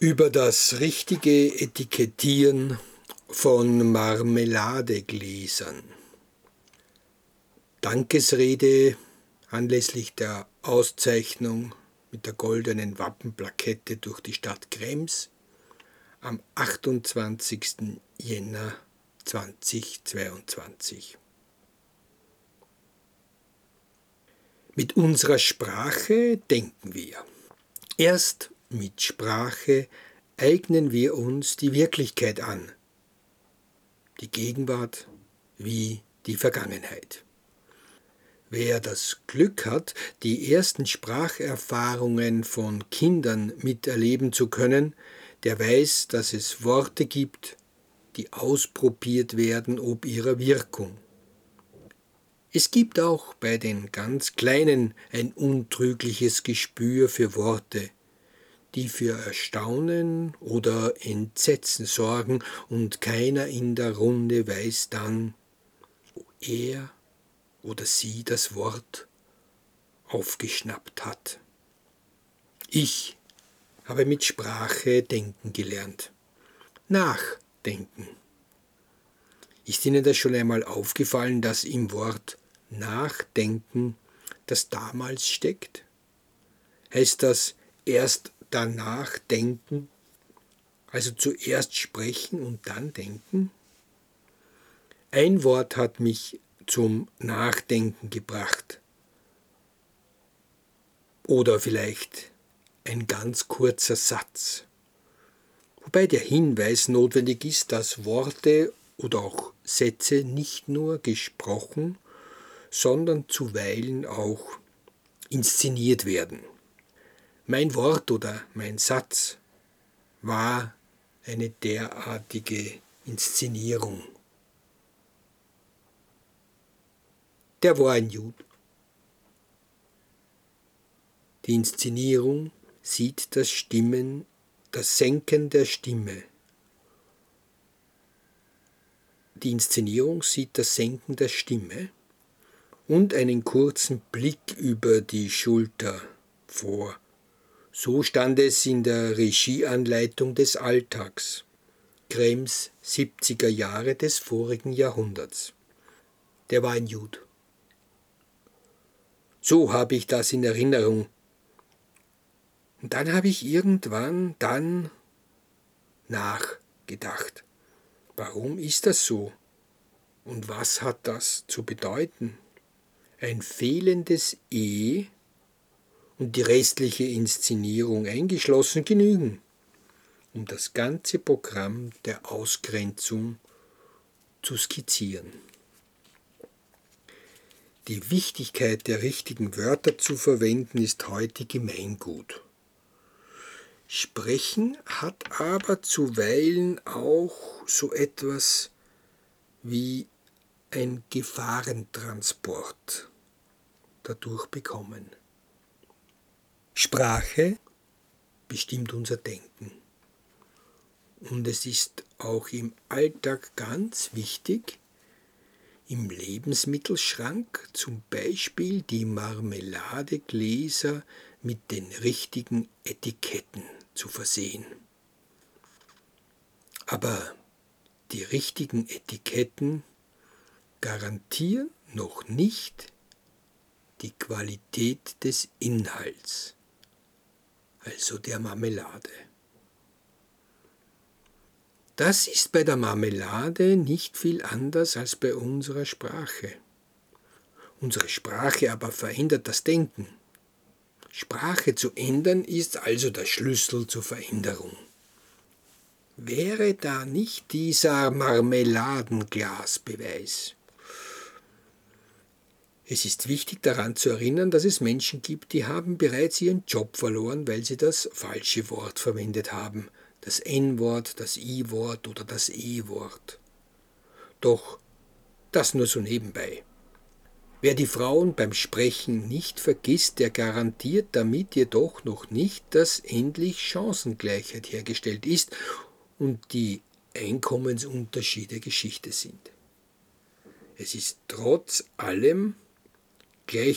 Über das richtige Etikettieren von Marmeladegläsern. Dankesrede anlässlich der Auszeichnung mit der goldenen Wappenplakette durch die Stadt Krems am 28. Jänner 2022. Mit unserer Sprache denken wir. Erst mit Sprache eignen wir uns die Wirklichkeit an, die Gegenwart wie die Vergangenheit. Wer das Glück hat, die ersten Spracherfahrungen von Kindern miterleben zu können, der weiß, dass es Worte gibt, die ausprobiert werden ob ihrer Wirkung. Es gibt auch bei den ganz Kleinen ein untrügliches Gespür für Worte, die für Erstaunen oder Entsetzen sorgen, und keiner in der Runde weiß dann, wo er oder sie das Wort aufgeschnappt hat. Ich habe mit Sprache denken gelernt. Nachdenken. Ist Ihnen das schon einmal aufgefallen, dass im Wort Nachdenken das damals steckt? Heißt das erst danach denken, also zuerst sprechen und dann denken? Ein Wort hat mich zum Nachdenken gebracht. Oder vielleicht ein ganz kurzer Satz. Wobei der Hinweis notwendig ist, dass Worte oder auch Sätze nicht nur gesprochen, sondern zuweilen auch inszeniert werden. Mein Wort oder mein Satz war eine derartige Inszenierung. Der war ein Jude. Die Inszenierung sieht das Senken der Stimme. Die Inszenierung sieht das Senken der Stimme und einen kurzen Blick über die Schulter vor. So stand es in der Regieanleitung des Alltags, Krems 70er Jahre des vorigen Jahrhunderts. Der war ein Jude. So habe ich das in Erinnerung. Und dann habe ich irgendwann nachgedacht. Warum ist das so? Und was hat das zu bedeuten? Ein fehlendes E und die restliche Inszenierung eingeschlossen genügen, um das ganze Programm der Ausgrenzung zu skizzieren. Die Wichtigkeit der richtigen Wörter zu verwenden ist heute Gemeingut. Sprechen hat aber zuweilen auch so etwas wie ein Gefahrentransport dadurch bekommen. Sprache bestimmt unser Denken. Und es ist auch im Alltag ganz wichtig, im Lebensmittelschrank zum Beispiel die Marmeladegläser mit den richtigen Etiketten zu versehen. Aber die richtigen Etiketten garantieren noch nicht die Qualität des Inhalts, also der Marmelade. Das ist bei der Marmelade nicht viel anders als bei unserer Sprache. Unsere Sprache aber verändert das Denken. Sprache zu ändern ist also der Schlüssel zur Veränderung. Wäre da nicht dieser Marmeladenglasbeweis? Es ist wichtig daran zu erinnern, dass es Menschen gibt, die haben bereits ihren Job verloren, weil sie das falsche Wort verwendet haben. Das N-Wort, das I-Wort oder das E-Wort. Doch das nur so nebenbei. Wer die Frauen beim Sprechen nicht vergisst, der garantiert damit jedoch noch nicht, dass endlich Chancengleichheit hergestellt ist und die Einkommensunterschiede Geschichte sind. Es ist trotz allem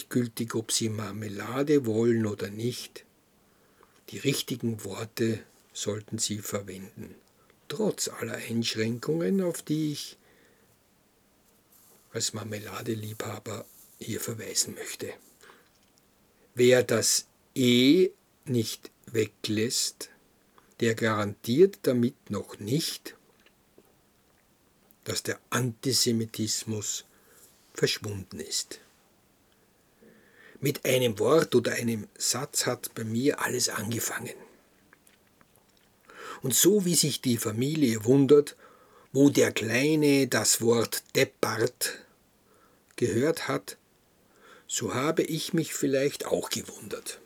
gleichgültig, ob Sie Marmelade wollen oder nicht. Die richtigen Worte sollten Sie verwenden, trotz aller Einschränkungen, auf die ich als Marmeladeliebhaber hier verweisen möchte. Wer das nicht weglässt, der garantiert damit noch nicht, dass der Antisemitismus verschwunden ist. Mit einem Wort oder einem Satz hat bei mir alles angefangen. Und so wie sich die Familie wundert, wo der Kleine das Wort deppert gehört hat, so habe ich mich vielleicht auch gewundert.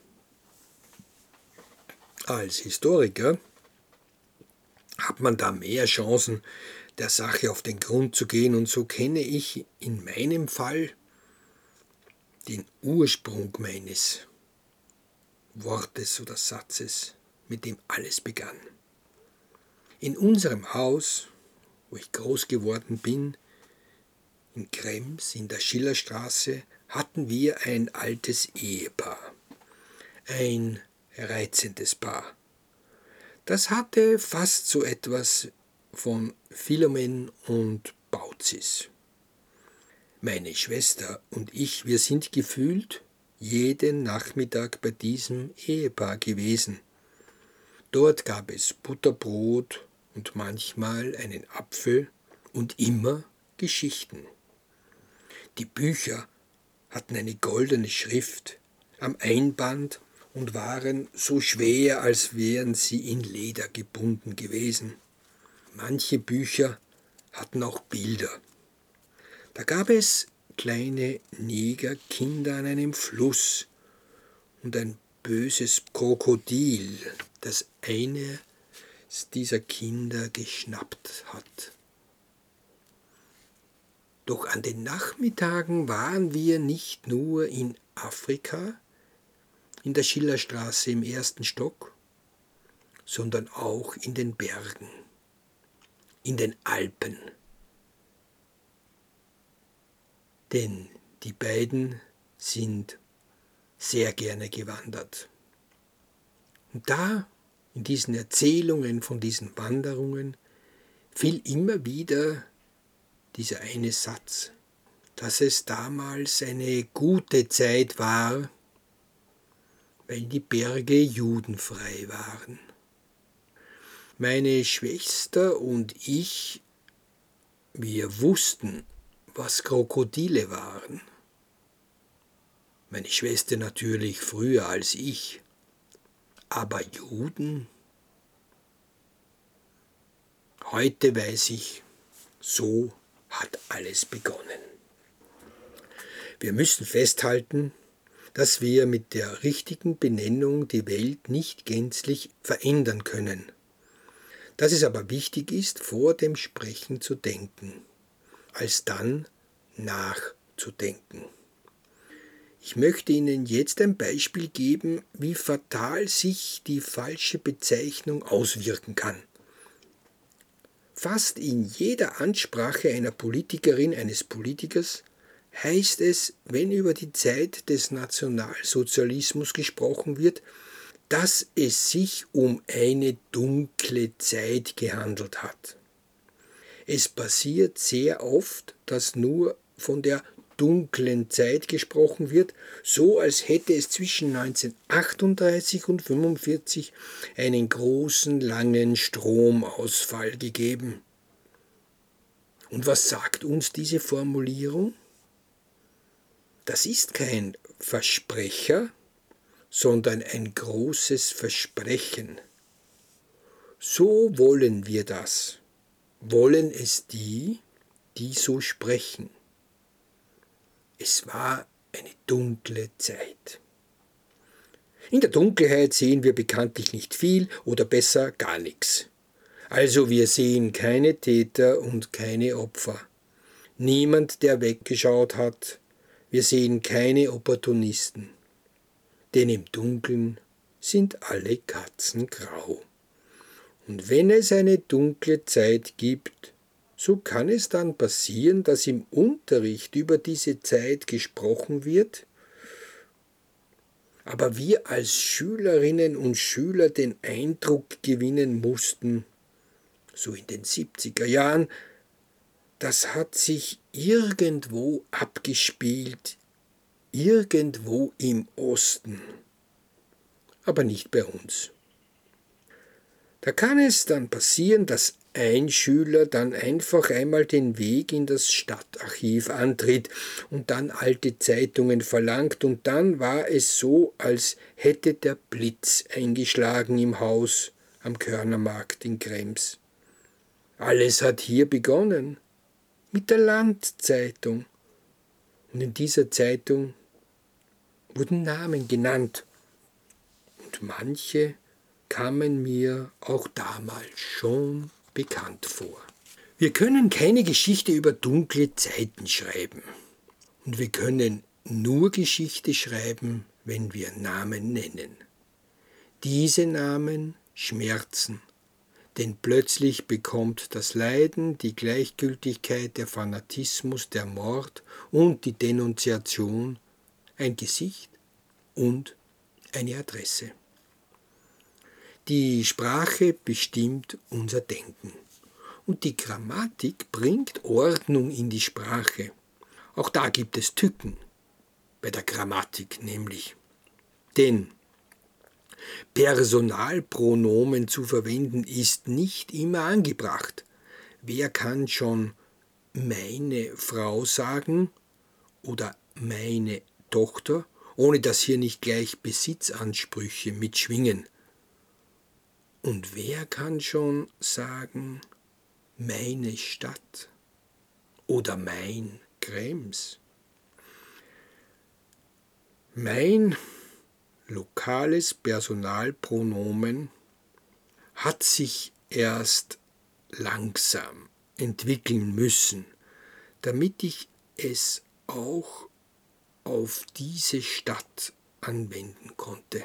Als Historiker hat man da mehr Chancen, der Sache auf den Grund zu gehen, und so kenne ich in meinem Fall den Ursprung meines Wortes oder Satzes, mit dem alles begann. In unserem Haus, wo ich groß geworden bin, in Krems in der Schillerstraße, hatten wir ein altes Ehepaar, ein reizendes Paar. Das hatte fast so etwas von Philomen und Baucis. Meine Schwester und ich, wir sind gefühlt jeden Nachmittag bei diesem Ehepaar gewesen. Dort gab es Butterbrot und manchmal einen Apfel und immer Geschichten. Die Bücher hatten eine goldene Schrift am Einband und waren so schwer, als wären sie in Leder gebunden gewesen. Manche Bücher hatten auch Bilder. Da gab es kleine Negerkinder an einem Fluss und ein böses Krokodil, das eines dieser Kinder geschnappt hat. Doch an den Nachmittagen waren wir nicht nur in Afrika, in der Schillerstraße im 1. Stock, sondern auch in den Bergen, in den Alpen. Denn die beiden sind sehr gerne gewandert. Und da, in diesen Erzählungen von diesen Wanderungen, fiel immer wieder dieser eine Satz, dass es damals eine gute Zeit war, weil die Berge judenfrei waren. Meine Schwester und ich, wir wussten, was Krokodile waren. Meine Schwester natürlich früher als ich. Aber Juden? Heute weiß ich, so hat alles begonnen. Wir müssen festhalten, dass wir mit der richtigen Benennung die Welt nicht gänzlich verändern können. Dass es aber wichtig ist, vor dem Sprechen zu denken, als dann nachzudenken. Ich möchte Ihnen jetzt ein Beispiel geben, wie fatal sich die falsche Bezeichnung auswirken kann. Fast in jeder Ansprache einer Politikerin, eines Politikers heißt es, wenn über die Zeit des Nationalsozialismus gesprochen wird, dass es sich um eine dunkle Zeit gehandelt hat. Es passiert sehr oft, dass nur von der dunklen Zeit gesprochen wird, so als hätte es zwischen 1938 und 1945 einen großen, langen Stromausfall gegeben. Und was sagt uns diese Formulierung? Das ist kein Versprecher, sondern ein großes Versprechen. So wollen wir das. Wollen es die, die so sprechen. Es war eine dunkle Zeit. In der Dunkelheit sehen wir bekanntlich nicht viel oder besser gar nichts. Also wir sehen keine Täter und keine Opfer. Niemand, der weggeschaut hat. Wir sehen keine Opportunisten. Denn im Dunkeln sind alle Katzen grau. Und wenn es eine dunkle Zeit gibt, so kann es dann passieren, dass im Unterricht über diese Zeit gesprochen wird, aber wir als Schülerinnen und Schüler den Eindruck gewinnen mussten, so in den 70er Jahren, das hat sich irgendwo abgespielt, irgendwo im Osten, aber nicht bei uns. Da kann es dann passieren, dass ein Schüler dann einfach einmal den Weg in das Stadtarchiv antritt und dann alte Zeitungen verlangt, und dann war es so, als hätte der Blitz eingeschlagen im Haus am Körnermarkt in Krems. Alles hat hier begonnen, mit der Landzeitung. Und in dieser Zeitung wurden Namen genannt, und manche kamen mir auch damals schon bekannt vor. Wir können keine Geschichte über dunkle Zeiten schreiben. Und wir können nur Geschichte schreiben, wenn wir Namen nennen. Diese Namen schmerzen, denn plötzlich bekommt das Leiden, die Gleichgültigkeit, der Fanatismus, der Mord und die Denunziation ein Gesicht und eine Adresse. Die Sprache bestimmt unser Denken. Und die Grammatik bringt Ordnung in die Sprache. Auch da gibt es Tücken, bei der Grammatik nämlich. Denn Personalpronomen zu verwenden ist nicht immer angebracht. Wer kann schon meine Frau sagen oder meine Tochter, ohne dass hier nicht gleich Besitzansprüche mitschwingen? Und wer kann schon sagen, meine Stadt oder mein Krems? Mein lokales Personalpronomen hat sich erst langsam entwickeln müssen, damit ich es auch auf diese Stadt anwenden konnte.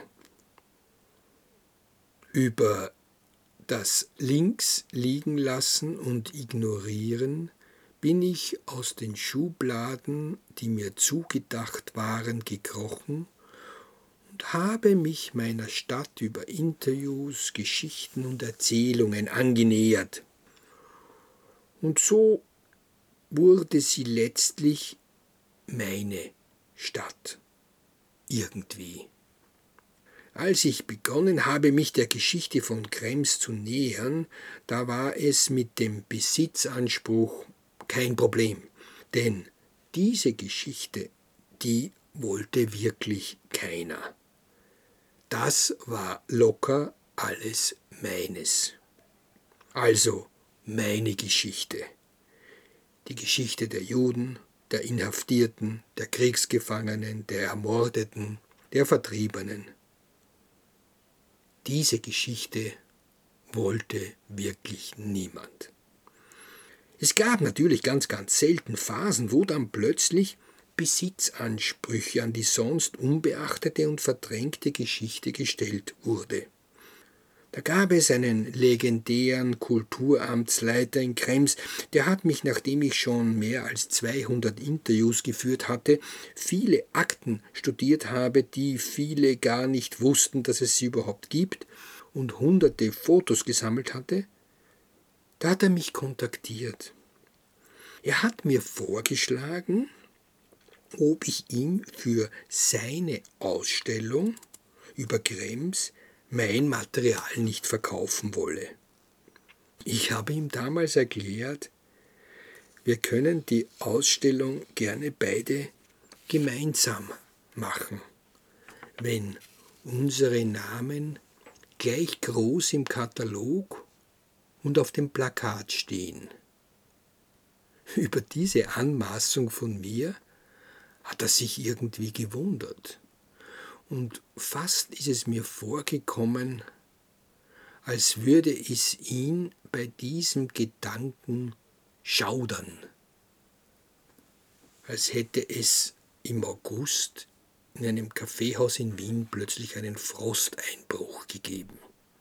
Über das Links liegen lassen und ignorieren bin ich aus den Schubladen, die mir zugedacht waren, gekrochen und habe mich meiner Stadt über Interviews, Geschichten und Erzählungen angenähert. Und so wurde sie letztlich meine Stadt irgendwie. Als ich begonnen habe, mich der Geschichte von Krems zu nähern, da war es mit dem Besitzanspruch kein Problem, denn diese Geschichte, die wollte wirklich keiner. Das war locker alles meines. Also meine Geschichte. Die Geschichte der Juden, der Inhaftierten, der Kriegsgefangenen, der Ermordeten, der Vertriebenen. Diese Geschichte wollte wirklich niemand. Es gab natürlich ganz selten Phasen, wo dann plötzlich Besitzansprüche an die sonst unbeachtete und verdrängte Geschichte gestellt wurde. Da gab es einen legendären Kulturamtsleiter in Krems, der hat mich, nachdem ich schon mehr als 200 Interviews geführt hatte, viele Akten studiert habe, die viele gar nicht wussten, dass es sie überhaupt gibt, und hunderte Fotos gesammelt hatte. Da hat er mich kontaktiert. Er hat mir vorgeschlagen, ob ich ihm für seine Ausstellung über Krems mein Material nicht verkaufen wolle. Ich habe ihm damals erklärt, wir können die Ausstellung gerne beide gemeinsam machen, wenn unsere Namen gleich groß im Katalog und auf dem Plakat stehen. Über diese Anmaßung von mir hat er sich irgendwie gewundert. Und fast ist es mir vorgekommen, als würde es ihn bei diesem Gedanken schaudern, als hätte es im August in einem Kaffeehaus in Wien plötzlich einen Frosteinbruch gegeben.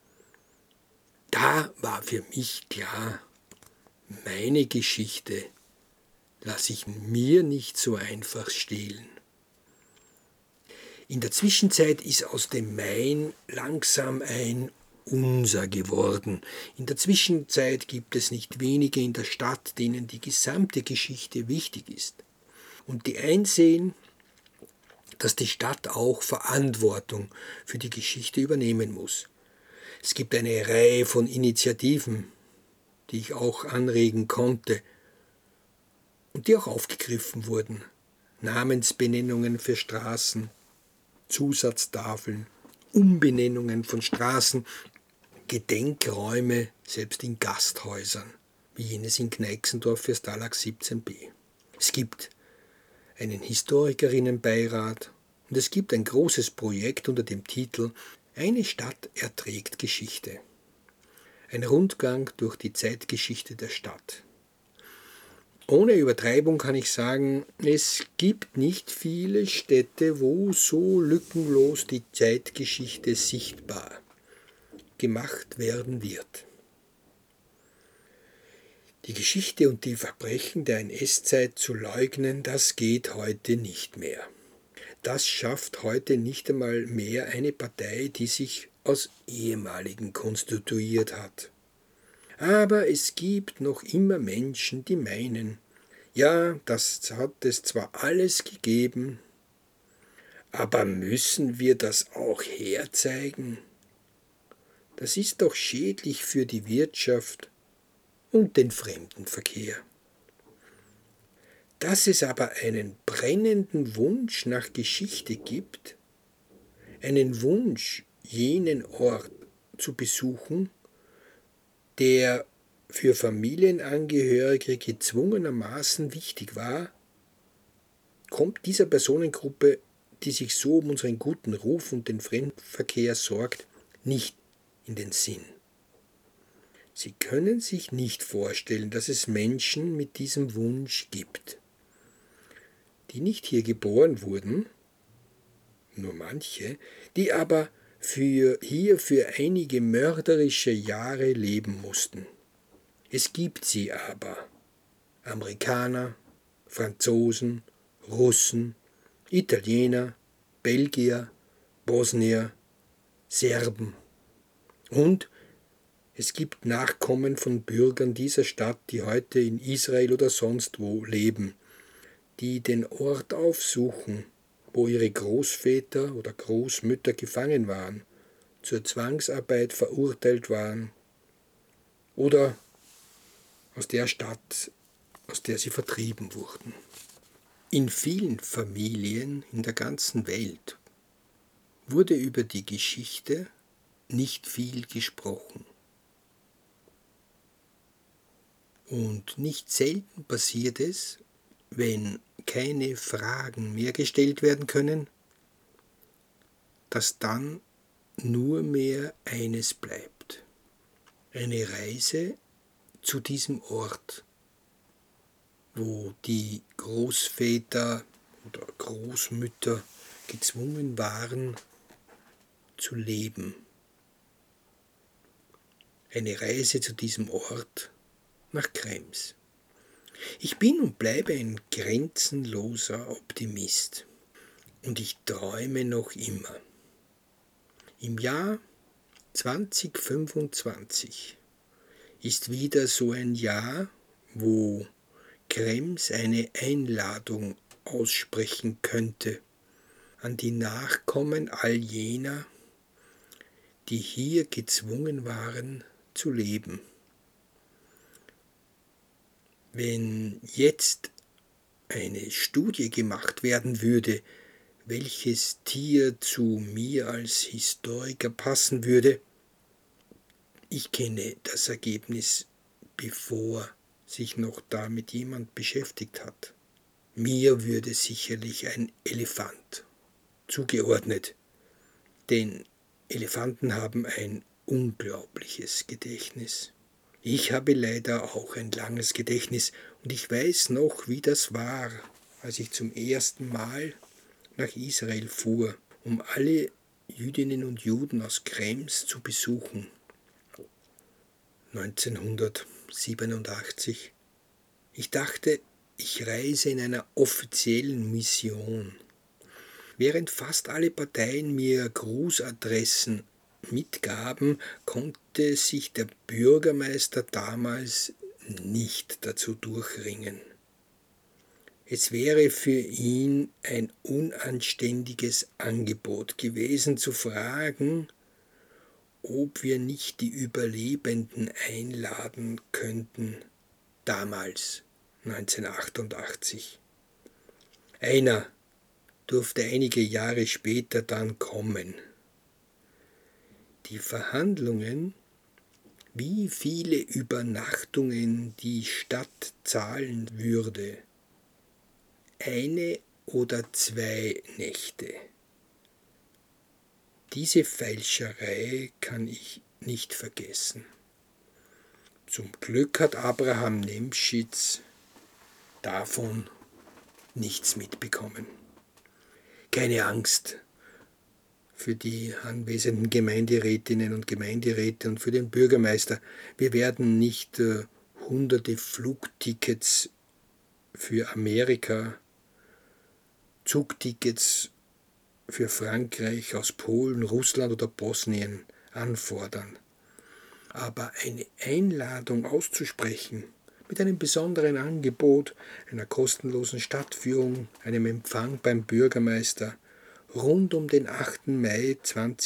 Da war für mich klar, meine Geschichte lasse ich mir nicht so einfach stehlen. In der Zwischenzeit ist aus dem Mein langsam ein Unser geworden. In der Zwischenzeit gibt es nicht wenige in der Stadt, denen die gesamte Geschichte wichtig ist. Und die einsehen, dass die Stadt auch Verantwortung für die Geschichte übernehmen muss. Es gibt eine Reihe von Initiativen, die ich auch anregen konnte und die auch aufgegriffen wurden. Namensbenennungen für Straßen, Zusatztafeln, Umbenennungen von Straßen, Gedenkräume, selbst in Gasthäusern, wie jenes in Kneixendorf für Stalag 17b. Es gibt einen Historikerinnenbeirat und es gibt ein großes Projekt unter dem Titel Eine Stadt erträgt Geschichte. Ein Rundgang durch die Zeitgeschichte der Stadt. Ohne Übertreibung kann ich sagen, es gibt nicht viele Städte, wo so lückenlos die Zeitgeschichte sichtbar gemacht werden wird. Die Geschichte und die Verbrechen der NS-Zeit zu leugnen, das geht heute nicht mehr. Das schafft heute nicht einmal mehr eine Partei, die sich aus Ehemaligen konstituiert hat. Aber es gibt noch immer Menschen, die meinen, ja, das hat es zwar alles gegeben, aber müssen wir das auch herzeigen? Das ist doch schädlich für die Wirtschaft und den Fremdenverkehr. Dass es aber einen brennenden Wunsch nach Geschichte gibt, einen Wunsch, jenen Ort zu besuchen, der für Familienangehörige gezwungenermaßen wichtig war, kommt dieser Personengruppe, die sich so um unseren guten Ruf und den Fremdenverkehr sorgt, nicht in den Sinn. Sie können sich nicht vorstellen, dass es Menschen mit diesem Wunsch gibt, die nicht hier geboren wurden, nur manche, die aber hier für einige mörderische Jahre leben mussten. Es gibt sie aber, Amerikaner, Franzosen, Russen, Italiener, Belgier, Bosnier, Serben und es gibt Nachkommen von Bürgern dieser Stadt, die heute in Israel oder sonst wo leben, die den Ort aufsuchen, wo ihre Großväter oder Großmütter gefangen waren, zur Zwangsarbeit verurteilt waren oder aus der Stadt, aus der sie vertrieben wurden. In vielen Familien in der ganzen Welt wurde über die Geschichte nicht viel gesprochen. Und nicht selten passiert es, wenn keine Fragen mehr gestellt werden können, dass dann nur mehr eines bleibt. Eine Reise zu diesem Ort, wo die Großväter oder Großmütter gezwungen waren zu leben. Eine Reise zu diesem Ort nach Krems. Ich bin und bleibe ein grenzenloser Optimist und ich träume noch immer. Im Jahr 2025 ist wieder so ein Jahr, wo Krems eine Einladung aussprechen könnte an die Nachkommen all jener, die hier gezwungen waren zu leben. Wenn jetzt eine Studie gemacht werden würde, welches Tier zu mir als Historiker passen würde, ich kenne das Ergebnis, bevor sich noch damit jemand beschäftigt hat. Mir würde sicherlich ein Elefant zugeordnet, denn Elefanten haben ein unglaubliches Gedächtnis. Ich habe leider auch ein langes Gedächtnis und ich weiß noch, wie das war, als ich zum ersten Mal nach Israel fuhr, um alle Jüdinnen und Juden aus Krems zu besuchen. 1987. Ich dachte, ich reise in einer offiziellen Mission. Während fast alle Parteien mir Grußadressen mitgaben, konnte sich der Bürgermeister damals nicht dazu durchringen. Es wäre für ihn ein unanständiges Angebot gewesen, zu fragen, ob wir nicht die Überlebenden einladen könnten, damals, 1988. Einer durfte einige Jahre später dann kommen. Die Verhandlungen, wie viele Übernachtungen die Stadt zahlen würde, 1 oder 2 Nächte. Diese Feilscherei kann ich nicht vergessen. Zum Glück hat Abraham Nemschitz davon nichts mitbekommen. Keine Angst für die anwesenden Gemeinderätinnen und Gemeinderäte und für den Bürgermeister. Wir werden nicht hunderte Flugtickets für Amerika, Zugtickets für Frankreich aus Polen, Russland oder Bosnien anfordern. Aber eine Einladung auszusprechen mit einem besonderen Angebot, einer kostenlosen Stadtführung, einem Empfang beim Bürgermeister rund um den 8. Mai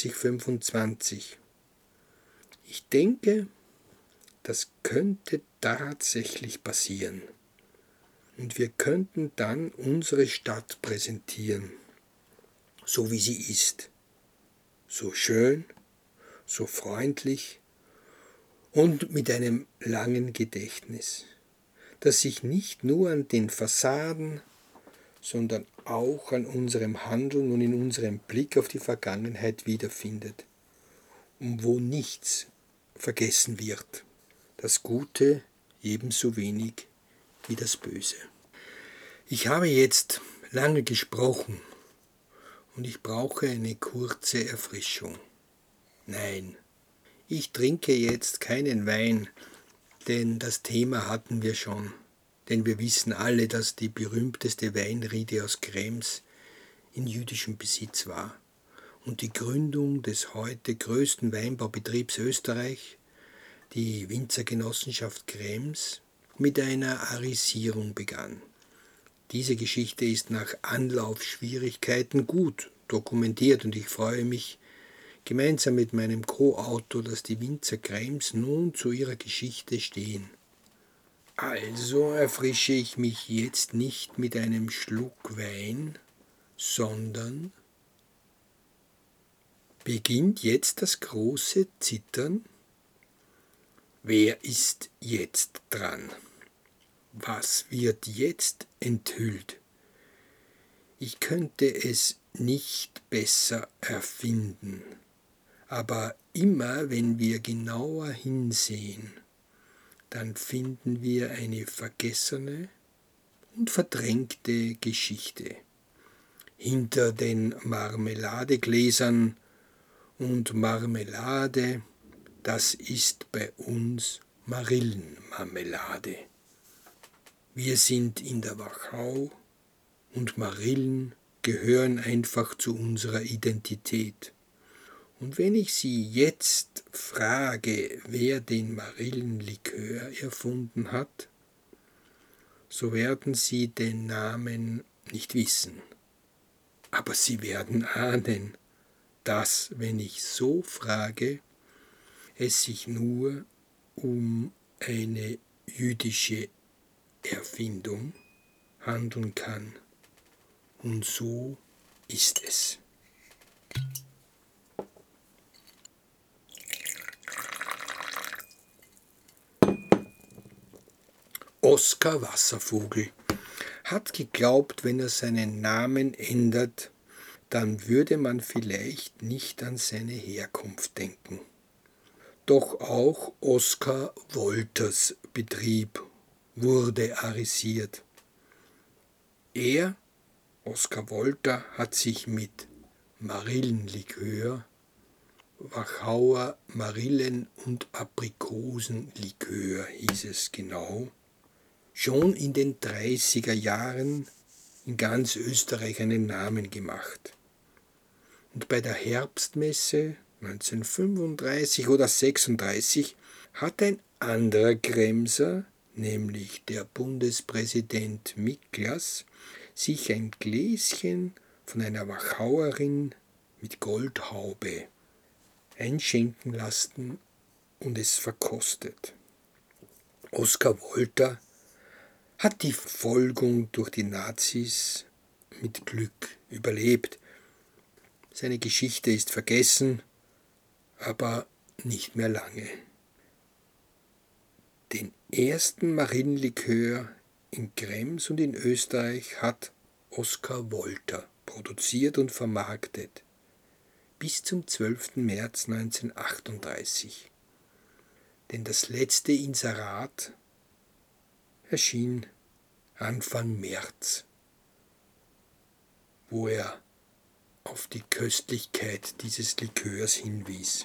2025. Ich denke, das könnte tatsächlich passieren. Und wir könnten dann unsere Stadt präsentieren, so wie sie ist. So schön, so freundlich und mit einem langen Gedächtnis, das sich nicht nur an den Fassaden, sondern auch an unserem Handeln und in unserem Blick auf die Vergangenheit wiederfindet und wo nichts vergessen wird, das Gute ebenso wenig wie das Böse. Ich habe jetzt lange gesprochen und ich brauche eine kurze Erfrischung. Nein, ich trinke jetzt keinen Wein, denn das Thema hatten wir schon. Denn wir wissen alle, dass die berühmteste Weinriede aus Krems in jüdischem Besitz war und die Gründung des heute größten Weinbaubetriebs Österreich, die Winzergenossenschaft Krems, mit einer Arisierung begann. Diese Geschichte ist nach Anlaufschwierigkeiten gut dokumentiert und ich freue mich, gemeinsam mit meinem Co-Autor, dass die Winzer Krems nun zu ihrer Geschichte stehen. Also erfrische ich mich jetzt nicht mit einem Schluck Wein, sondern beginnt jetzt das große Zittern? Wer ist jetzt dran? Was wird jetzt enthüllt? Ich könnte es nicht besser erfinden, aber immer wenn wir genauer hinsehen, dann finden wir eine vergessene und verdrängte Geschichte. Hinter den Marmeladegläsern und Marmelade, das ist bei uns Marillenmarmelade. Wir sind in der Wachau und Marillen gehören einfach zu unserer Identität. Und wenn ich Sie jetzt frage, wer den Marillenlikör erfunden hat, so werden Sie den Namen nicht wissen. Aber Sie werden ahnen, dass, wenn ich so frage, es sich nur um eine jüdische Erfindung handeln kann. Und so ist es. Oskar Wasservogel hat geglaubt, wenn er seinen Namen ändert, dann würde man vielleicht nicht an seine Herkunft denken. Doch auch Oskar Wolters Betrieb wurde arisiert. Er, Oskar Wolter, hat sich mit Marillenlikör, Wachauer Marillen- und Aprikosenlikör hieß es genau, schon in den 30er Jahren in ganz Österreich einen Namen gemacht. Und bei der Herbstmesse 1935 oder 36 hat ein anderer Kremser, nämlich der Bundespräsident Miklas, sich ein Gläschen von einer Wachauerin mit Goldhaube einschenken lassen und es verkostet. Oskar Wolter hat die Verfolgung durch die Nazis mit Glück überlebt. Seine Geschichte ist vergessen, aber nicht mehr lange. Den ersten Marienlikör in Krems und in Österreich hat Oskar Wolter produziert und vermarktet bis zum 12. März 1938. Denn das letzte Inserat erschien Anfang März, wo er auf die Köstlichkeit dieses Likörs hinwies.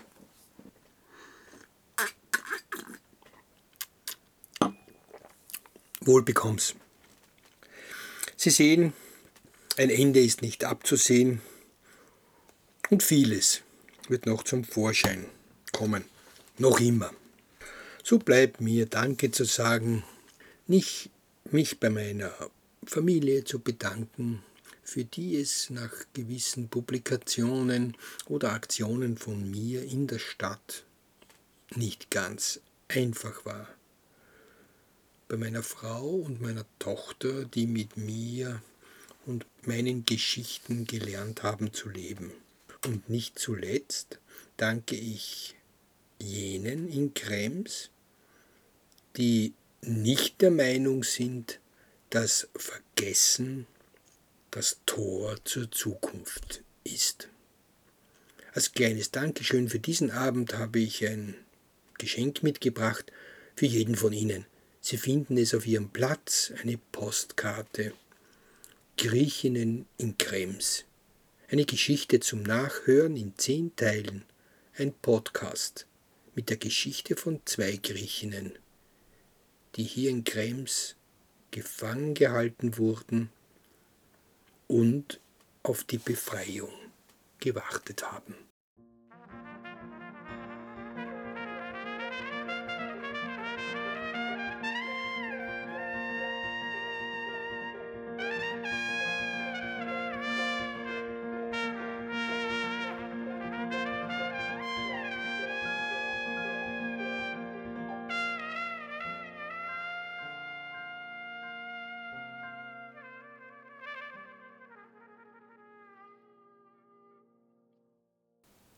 Wohl bekomm's. Sie sehen, ein Ende ist nicht abzusehen und vieles wird noch zum Vorschein kommen. Noch immer. So bleibt mir Danke zu sagen, nicht mich bei meiner Familie zu bedanken, für die es nach gewissen Publikationen oder Aktionen von mir in der Stadt nicht ganz einfach war. Bei meiner Frau und meiner Tochter, die mit mir und meinen Geschichten gelernt haben zu leben. Und nicht zuletzt danke ich jenen in Krems, die nicht der Meinung sind, dass Vergessen das Tor zur Zukunft ist. Als kleines Dankeschön für diesen Abend habe ich ein Geschenk mitgebracht für jeden von Ihnen. Sie finden es auf Ihrem Platz, eine Postkarte. Griechinnen in Krems. Eine Geschichte zum Nachhören in 10 Teilen. Ein Podcast mit der Geschichte von 2 Griechinnen, die hier in Krems gefangen gehalten wurden und auf die Befreiung gewartet haben.